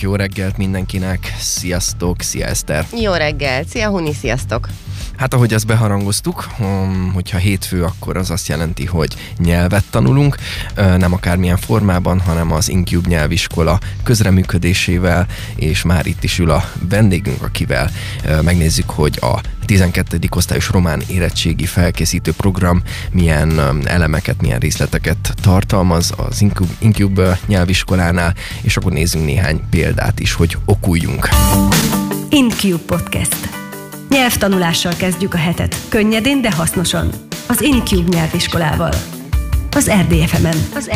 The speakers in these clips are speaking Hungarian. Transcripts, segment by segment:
Jó reggelt mindenkinek, sziasztok, szia Eszter! Jó reggelt, szia Huni, sziasztok! Hát ahogy azt beharangoztuk, hogyha hétfő, akkor az azt jelenti, hogy nyelvet tanulunk, nem akármilyen formában, hanem az InCube nyelviskola közreműködésével, és már itt is ül a vendégünk, akivel megnézzük, hogy a 12. osztályos román érettségi felkészítő program milyen elemeket, milyen részleteket tartalmaz az InCube nyelviskolánál, és akkor nézzünk néhány példát is, hogy okuljunk. InCube Podcast. Nyelvtanulással kezdjük a hetet. Könnyedén, de hasznosan. Az InCube nyelviskolával. Az RDFM-en.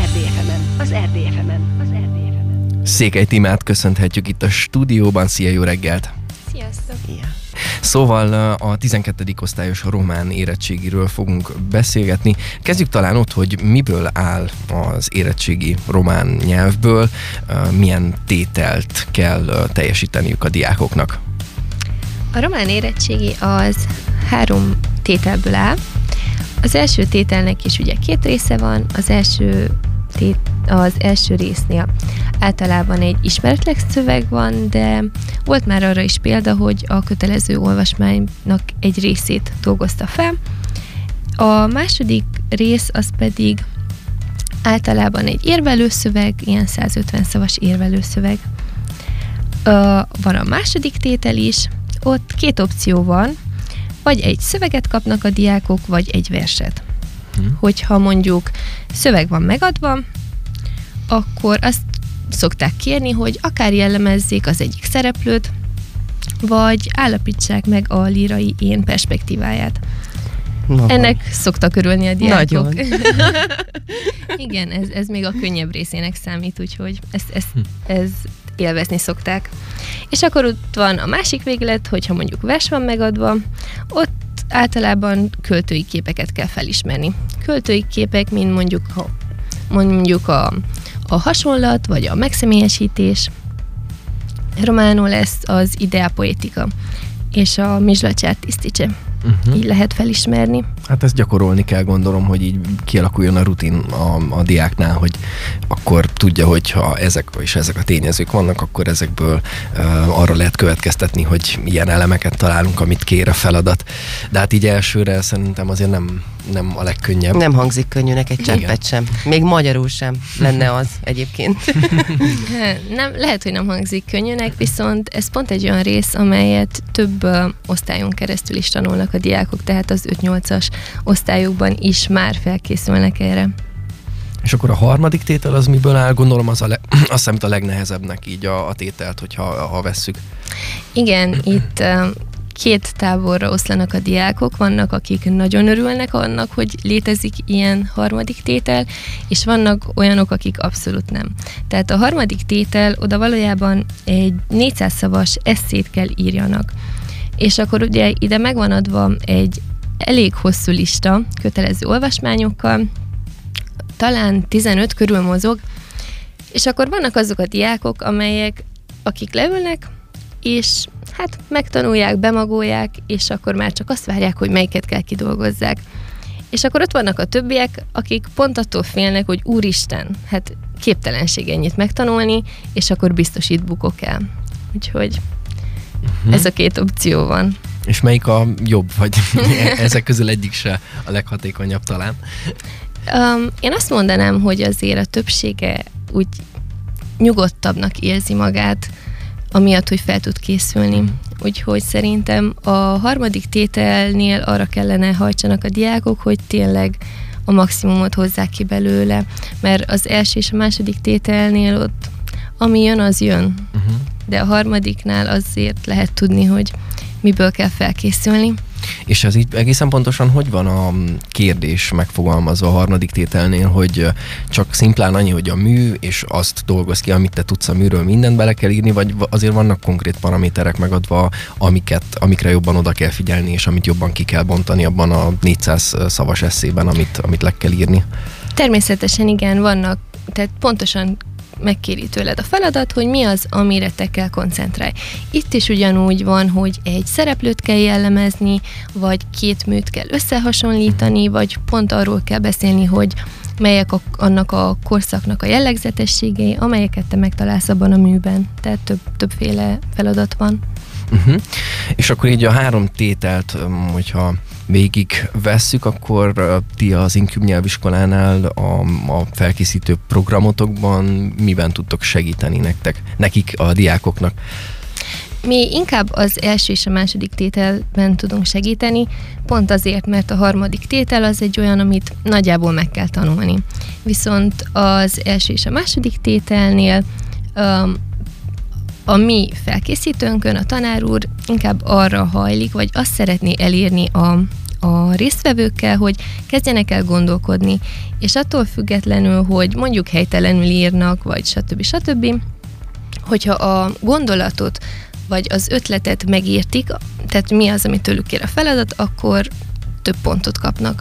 Székely Tímát köszönhetjük itt a stúdióban. Szia, jó reggelt! Sziasztok! Ja. Szóval a 12. osztályos román érettségiről fogunk beszélgetni. Kezdjük talán ott, hogy miből áll az érettségi román nyelvből, milyen tételt kell teljesíteniük a diákoknak. A román érettségi az 3 tételből áll. Az első tételnek is ugye 2 része van, az első résznél általában egy ismeretlen szöveg van, de volt már arra is példa, hogy a kötelező olvasmánynak egy részét dolgozta fel. A második rész az pedig általában egy érvelőszöveg, ilyen 150 szavas érvelőszöveg. Van a második tétel is, ott 2 opció van, vagy egy szöveget kapnak a diákok, vagy egy verset. Hogyha mondjuk szöveg van megadva, akkor azt szokták kérni, hogy akár jellemezzék az egyik szereplőt, vagy állapítsák meg a lírai én perspektíváját. Ennek szoktak örülni a diákok. Igen, ez még a könnyebb részének számít, úgyhogy ez élvezni szokták. És akkor ott van a másik véglet, hogyha mondjuk vers van megadva, ott általában költői képeket kell felismerni. Költői képek, mint mondjuk a hasonlat, vagy a megszemélyesítés. Románul lesz az idea poetica, és a mijloace artistice. Így lehet felismerni. Hát ezt gyakorolni kell, gondolom, hogy így kialakuljon a rutin a diáknál, hogy akkor tudja, hogy ha ezek a tényezők vannak, akkor ezekből arra lehet következtetni, hogy ilyen elemeket találunk, amit kér a feladat. De hát így elsőre szerintem azért nem a legkönnyebb. Nem hangzik könnyűnek egy cseppet sem. Még magyarul sem lenne az egyébként. Lehet, hogy nem hangzik könnyűnek, viszont ez pont egy olyan rész, amelyet több osztályon keresztül is tanulnak a diákok, tehát az 5-8-as osztályokban is már felkészülnek erre. És akkor a harmadik tétel az miből áll? Gondolom az számít a legnehezebbnek így a tételt, hogyha vesszük. Igen, itt 2 táborra oszlanak a diákok, vannak, akik nagyon örülnek annak, hogy létezik ilyen harmadik tétel, és vannak olyanok, akik abszolút nem. Tehát a harmadik tétel, oda valójában egy 400 szavas esszét kell írjanak. És akkor ugye ide megvan adva egy elég hosszú lista kötelező olvasmányokkal, talán 15 körül mozog, és akkor vannak azok a diákok, akik leülnek, és hát megtanulják, bemagolják, és akkor már csak azt várják, hogy melyiket kell kidolgozzák. És akkor ott vannak a többiek, akik pont attól félnek, hogy úristen, hát képtelenség ennyit megtanulni, és akkor biztos itt bukok el. Úgyhogy ez a 2 opció van. És melyik a jobb, vagy ezek közül egyik se a leghatékonyabb talán? Én azt mondanám, hogy azért a többsége úgy nyugodtabbnak érzi magát, amiatt, hogy fel tud készülni. Úgyhogy szerintem a harmadik tételnél arra kellene hajtsanak a diákok, hogy tényleg a maximumot hozzák ki belőle, mert az első és a második tételnél ott ami jön, az jön. De a harmadiknál azért lehet tudni, hogy miből kell felkészülni. És ez így egészen pontosan hogy van a kérdés megfogalmazva a harmadik tételnél, hogy csak szimplán annyi, hogy a mű, és azt dolgoz ki, amit te tudsz a műről, mindent bele kell írni, vagy azért vannak konkrét paraméterek megadva, amikre jobban oda kell figyelni, és amit jobban ki kell bontani abban a 400 szavas esszében, amit le kell írni? Természetesen igen, vannak, tehát pontosan megkéri tőled a feladat, hogy mi az, amire te kell koncentrálj. Itt is ugyanúgy van, hogy egy szereplőt kell jellemezni, vagy két műt kell összehasonlítani, vagy pont arról kell beszélni, hogy melyek annak a korszaknak a jellegzetességei, amelyeket te megtalálsz abban a műben. Tehát többféle feladat van. És akkor így a 3 tételt, hogyha végig vesszük, akkor ti az InCube nyelviskolánál a felkészítő programotokban miben tudtok segíteni nekik, a diákoknak? Mi inkább az első és a második tételben tudunk segíteni, pont azért, mert a harmadik tétel az egy olyan, amit nagyjából meg kell tanulni. Viszont az első és a második tételnél a mi felkészítőnkön, a tanár úr inkább arra hajlik, vagy azt szeretné elérni a résztvevőkkel, hogy kezdjenek el gondolkodni, és attól függetlenül, hogy mondjuk helytelenül írnak, vagy stb., hogyha a gondolatot, vagy az ötletet megértik, tehát mi az, ami tőlük kér a feladat, akkor több pontot kapnak.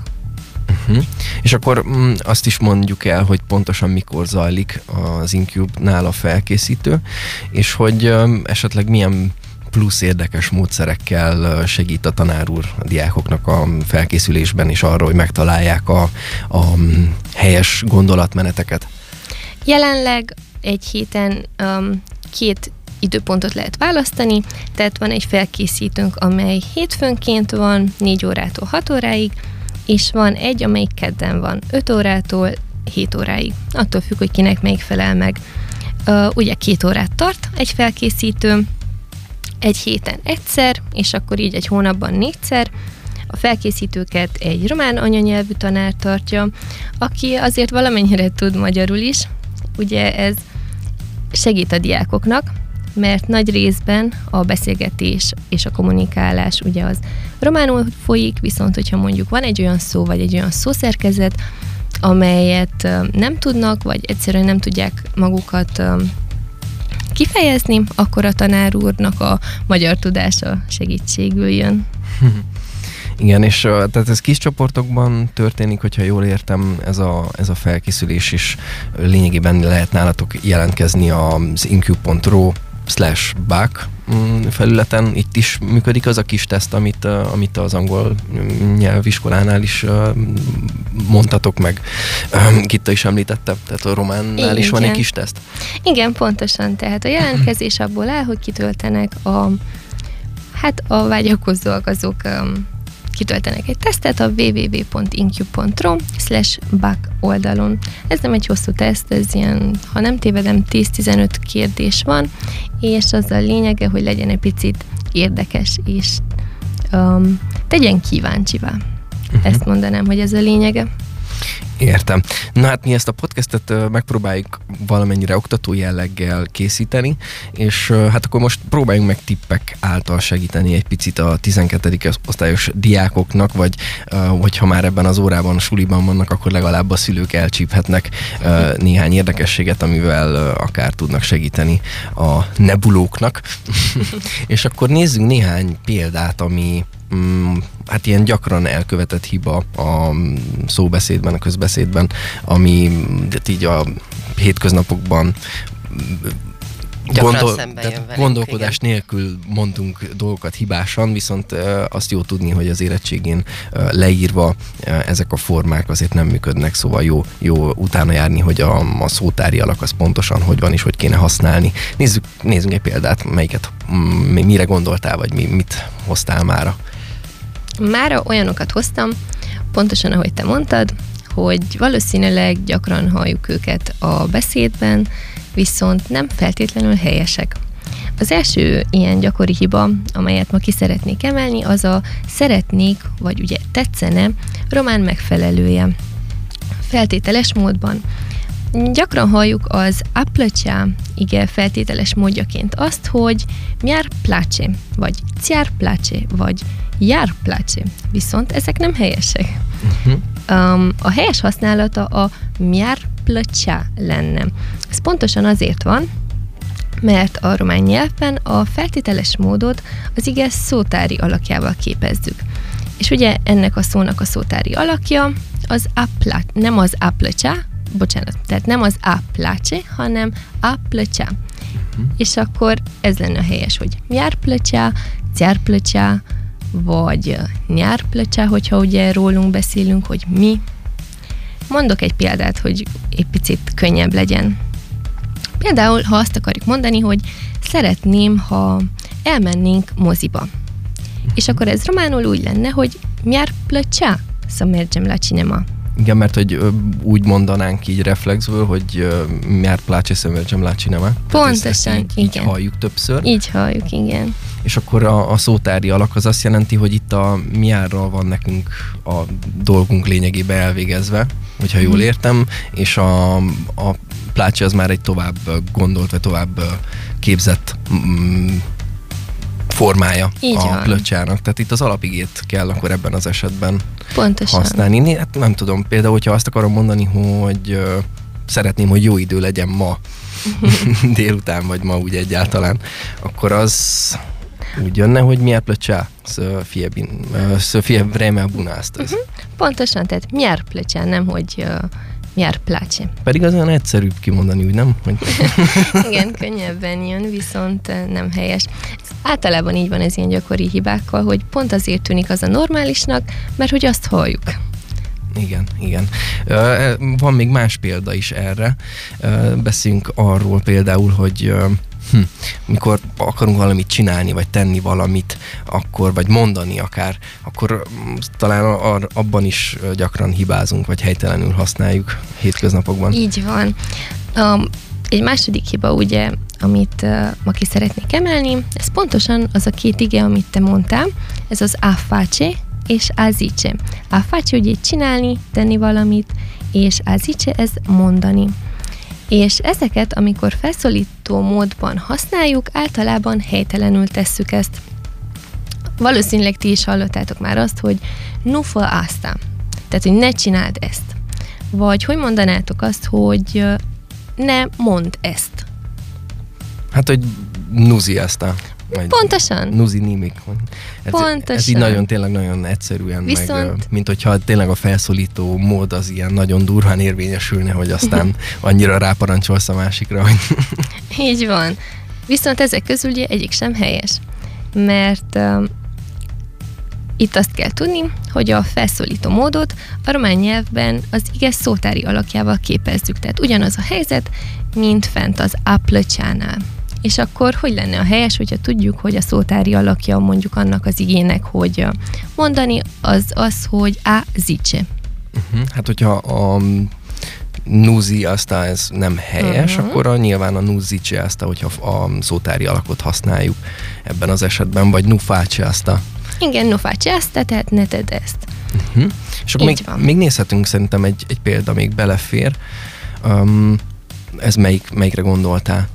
És akkor azt is mondjuk el, hogy pontosan mikor zajlik az InCube-nál a felkészítő, és hogy esetleg milyen plusz érdekes módszerekkel segít a tanár úr a diákoknak a felkészülésben, és arra, hogy megtalálják a helyes gondolatmeneteket. Jelenleg egy héten 2 időpontot lehet választani, tehát van egy felkészítőnk, amely hétfőnként van 4 órától 6 óráig, és van egy, amely kedden van 5 órától 7 óráig. Attól függ, hogy kinek melyik felel meg. Ugye 2 órát tart egy felkészítő, egy héten egyszer, és akkor így egy hónapban 4-szer. A felkészítőket egy román anyanyelvű tanár tartja, aki azért valamennyire tud magyarul is. Ugye ez segít a diákoknak, mert nagy részben a beszélgetés és a kommunikálás ugye az románul folyik, viszont hogyha mondjuk van egy olyan szó, vagy egy olyan szószerkezet, amelyet nem tudnak, vagy egyszerűen nem tudják magukat kifejezni, akkor a tanár úrnak a magyar tudása segítségül jön. Igen, és tehát ez kis csoportokban történik, hogyha jól értem, ez a felkészülés is lényegében lehet nálatok jelentkezni az incube.ro/back felületen. Itt is működik az a kis teszt, amit az angol nyelviskolánál is mondtatok meg. Gitta is említette, tehát a románnál is van egy kis teszt. Igen, pontosan. Tehát a jelentkezés abból áll, hogy kitöltenek a vágyakhoz dolgozók kitöltenek egy tesztet a www.incube.ro/back oldalon. Ez nem egy hosszú teszt, ez ilyen, ha nem tévedem, 10-15 kérdés van, és az a lényege, hogy legyen egy picit érdekes, és tegyen kíváncsivá. Ezt mondanám, hogy ez a lényege. Értem. Na hát mi ezt a podcastet megpróbáljuk valamennyire oktató jelleggel készíteni, és hát akkor most próbáljunk meg tippek által segíteni egy picit a 12. osztályos diákoknak, vagy hogyha már ebben az órában, suliban vannak, akkor legalább a szülők elcsíphetnek néhány érdekességet, amivel akár tudnak segíteni a nebulóknak. És akkor nézzünk néhány példát, ami hát ilyen gyakran elkövetett hiba a szóbeszédben, a közbeszédben, ami így a hétköznapokban gondolkodás nélkül mondunk dolgokat hibásan, viszont azt jó tudni, hogy az érettségén leírva ezek a formák azért nem működnek, szóval jó utána járni, hogy a szótári alak az pontosan hogy van és hogy kéne használni. Nézzünk egy példát, melyiket, mire gondoltál, vagy mit hoztál mára? Mára olyanokat hoztam, pontosan ahogy te mondtad, hogy valószínűleg gyakran halljuk őket a beszédben, viszont nem feltétlenül helyesek. Az első ilyen gyakori hiba, amelyet ma ki szeretnék emelni, az a szeretnék, vagy ugye tetszene román megfelelője. Feltételes módban. Gyakran halljuk az a plăcea ige feltételes módjaként azt, hogy mi-ar place, vagy ți-ar place, vagy iar place. Viszont ezek nem helyesek. A helyes használata a mi-ar plăcea lenne. Ez pontosan azért van, mert a román nyelvben a feltételes módot az ige szótári alakjával képezzük. És ugye ennek a szónak a szótári alakja az nem az a plăcea, bocsánat, tehát nem az a place, hanem a plăcea. És akkor ez lenne a helyes, hogy mi-ar plăcea, ți-ar plăcea, vagy ne-ar plăcea, hogyha ugye rólunk beszélünk, hogy mi. Mondok egy példát, hogy egy picit könnyebb legyen. Például, ha azt akarjuk mondani, hogy szeretném, ha elmennénk moziba. És akkor ez románul úgy lenne, hogy mi-ar plăcea să mergem la cinema. Igen, mert hogy úgy mondanánk így reflexből, hogy mi-ar place să mergem la cinema. Pontosan, így halljuk többször. Így halljuk, igen. És akkor a szótári alak az azt jelenti, hogy itt a miárral van nekünk a dolgunk lényegében elvégezve, hogyha jól értem, és a plácsi az már egy tovább gondolt, vagy tovább képzett formája így a plöccsának. Tehát itt az alapigét kell akkor ebben az esetben pontosan használni. Hát nem tudom, például, hogyha azt akarom mondani, hogy szeretném, hogy jó idő legyen ma délután, vagy ma úgy egyáltalán, akkor az úgy jönne, hogy mi-ar plăcea să fie vremea bună astăzi. Pontosan, tehát mi-ar plăcea, nem hogy mi-ar place. Pedig az olyan egyszerűbb kimondani, úgy nem? Hogy... Igen, könnyebben jön, viszont nem helyes. Ez általában így van ez ilyen gyakori hibákkal, hogy pont azért tűnik az a normálisnak, mert hogy azt halljuk. Igen. Van még más példa is erre. Beszéljünk arról például, hogy mikor akarunk valamit csinálni, vagy tenni valamit, akkor, vagy mondani akár, akkor talán abban is gyakran hibázunk, vagy helytelenül használjuk hétköznapokban. Így van. Egy második hiba, ugye, amit ma ki szeretnék emelni, ez pontosan az a két ige, amit te mondtál, ez az a face és a zice. A face ugye csinálni, tenni valamit, és a zice ez mondani. És ezeket, amikor felszólító módban használjuk, általában helytelenül tesszük ezt. Valószínűleg ti is hallottátok már azt, hogy nu fă asta. Tehát, hogy ne csináld ezt. Vagy hogy mondanátok azt, hogy ne mondd ezt. Hát, hogy nuzi asta. Pontosan. Nuzi nimik. Ez így tényleg nagyon egyszerűen, meg, mint hogyha tényleg a felszólító mód az ilyen nagyon durván érvényesülne, hogy aztán annyira ráparancsolsz a másikra, hogy... Így van. Viszont ezek közül ugye egyik sem helyes. Mert itt azt kell tudni, hogy a felszólító módot a román nyelvben az ige szótári alakjával képezzük. Tehát ugyanaz a helyzet, mint fent az a plăceánál. És akkor hogy lenne a helyes, hogyha tudjuk, hogy a szótári alakja mondjuk annak az igének, hogy mondani, az, hogy a zice. Hát, hogyha a nuzi asta ez nem helyes, akkor nyilván a nu zice asta, hogyha a szótári alakot használjuk ebben az esetben, vagy nu face asta. Igen, nu face asta, tehát ne tedd ezt. És akkor még nézhetünk, szerintem egy példa még belefér. Ez melyikre gondoltál?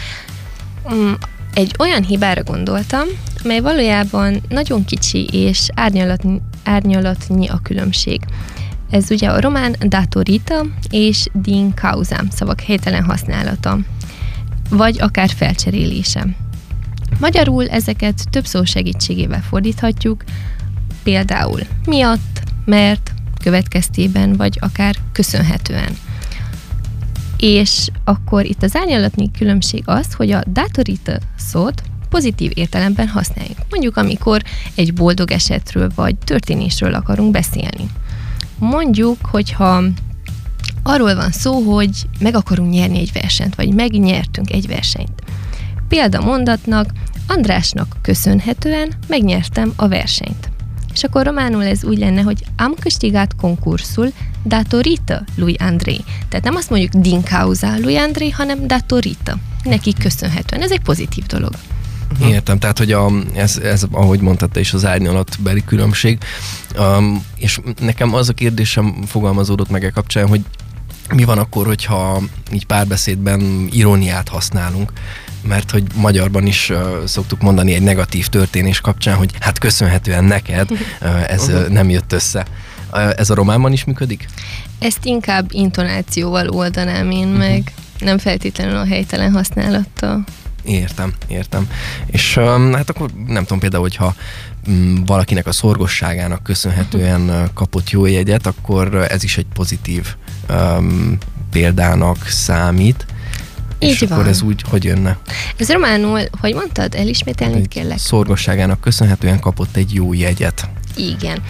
Egy olyan hibára gondoltam, mely valójában nagyon kicsi és árnyalatnyi a különbség. Ez ugye a román datorita és din causa szavak helytelen használata, vagy akár felcserélése. Magyarul ezeket több szó segítségével fordíthatjuk, például miatt, mert, következtében, vagy akár köszönhetően. És akkor itt az árnyalatnyi különbség az, hogy a datorita szót pozitív értelemben használjuk. Mondjuk, amikor egy boldog esetről vagy történésről akarunk beszélni. Mondjuk, hogyha arról van szó, hogy meg akarunk nyerni egy versenyt, vagy megnyertünk egy versenyt. Példamondatnak, Andrásnak köszönhetően megnyertem a versenyt. És akkor románul ez úgy lenne, hogy am câștigat concursul datorită lui Andrei. Tehát nem azt mondjuk din causa lui Andrei, hanem datorită. Neki köszönhetően. Ez egy pozitív dolog. Értem, tehát, hogy ez ahogy mondtad te is, az árnyalatbeli különbség. És nekem az a kérdésem fogalmazódott meg kapcsán, hogy mi van akkor, hogyha így párbeszédben iróniát használunk, mert hogy magyarban is szoktuk mondani egy negatív történés kapcsán, hogy hát köszönhetően neked ez nem jött össze. Ez a románban is működik? Ezt inkább intonációval oldanám én meg, nem feltétlenül a helytelen használattal. Értem. És hát akkor nem tudom, például, hogyha valakinek a szorgosságának köszönhetően kapott jó jegyet, akkor ez is egy pozitív példának számít. Így és van. Akkor ez úgy, hogy jönne? Ez románul, hogy mondtad, elismételni kérlek? Szorgosságának köszönhetően kapott egy jó jegyet. Igen.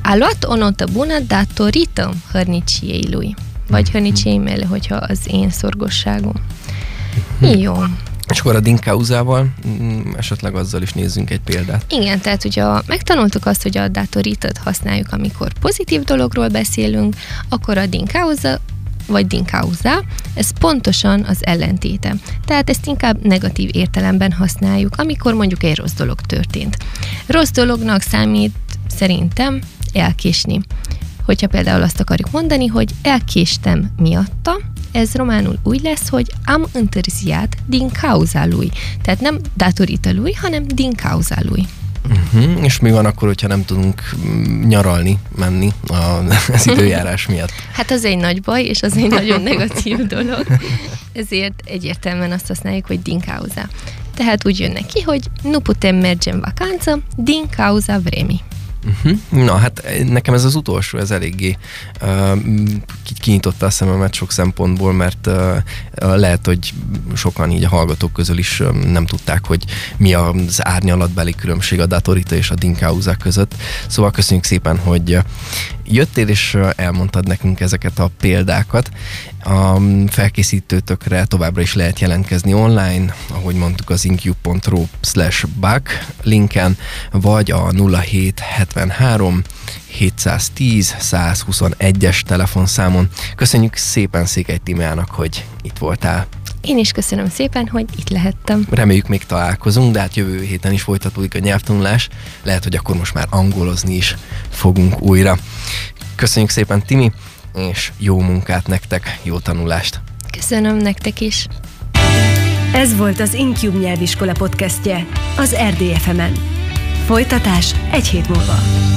A luat o notă bună datorită hărniciei lui. Vagy hărniciei mele, hogyha az én szorgosságom. Jó. És akkor a din cauzával, esetleg azzal is nézzünk egy példát. Igen, tehát ugye megtanultuk azt, hogy a datoritot használjuk, amikor pozitív dologról beszélünk, akkor a din cauza vagy din cauza, ez pontosan az ellentéte. Tehát ezt inkább negatív értelemben használjuk, amikor mondjuk egy rossz dolog történt. Rossz dolognak számít szerintem elkésni. Hogyha például azt akarjuk mondani, hogy elkéstem miatta, ez románul úgy lesz, hogy am întârziat din cauza lui. Tehát nem datorită lui, hanem din cauza lui. És mi van akkor, hogyha nem tudunk nyaralni, menni az időjárás miatt? Hát az egy nagy baj, és az egy nagyon negatív dolog. Ezért egyértelműen azt használjuk, hogy din cauza. Tehát úgy jön neki, hogy nu putem merge în vacanță din cauza vremii. Na, hát nekem ez az utolsó, ez eléggé kinyitotta a szememet sok szempontból, mert lehet, hogy sokan így a hallgatók közül is nem tudták, hogy mi az árnyalatbeli különbség a datorita és a din cauza között. Szóval köszönjük szépen, hogy jöttél és elmondtad nekünk ezeket a példákat. A felkészítőtökre továbbra is lehet jelentkezni online, ahogy mondtuk az incube.ro/bug linken, vagy a 0773 710 121-es telefonszámon. Köszönjük szépen Székely Tímeának, hogy itt voltál. Én is köszönöm szépen, hogy itt lehettem. Reméljük még találkozunk, de hát jövő héten is folytatódik a nyelvtanulás. Lehet, hogy akkor most már angolozni is fogunk újra. Köszönjük szépen, Timi, és jó munkát nektek, jó tanulást! Köszönöm nektek is! Ez volt az InCube nyelviskola podcastje az RDFM-en. Folytatás egy hét múlva.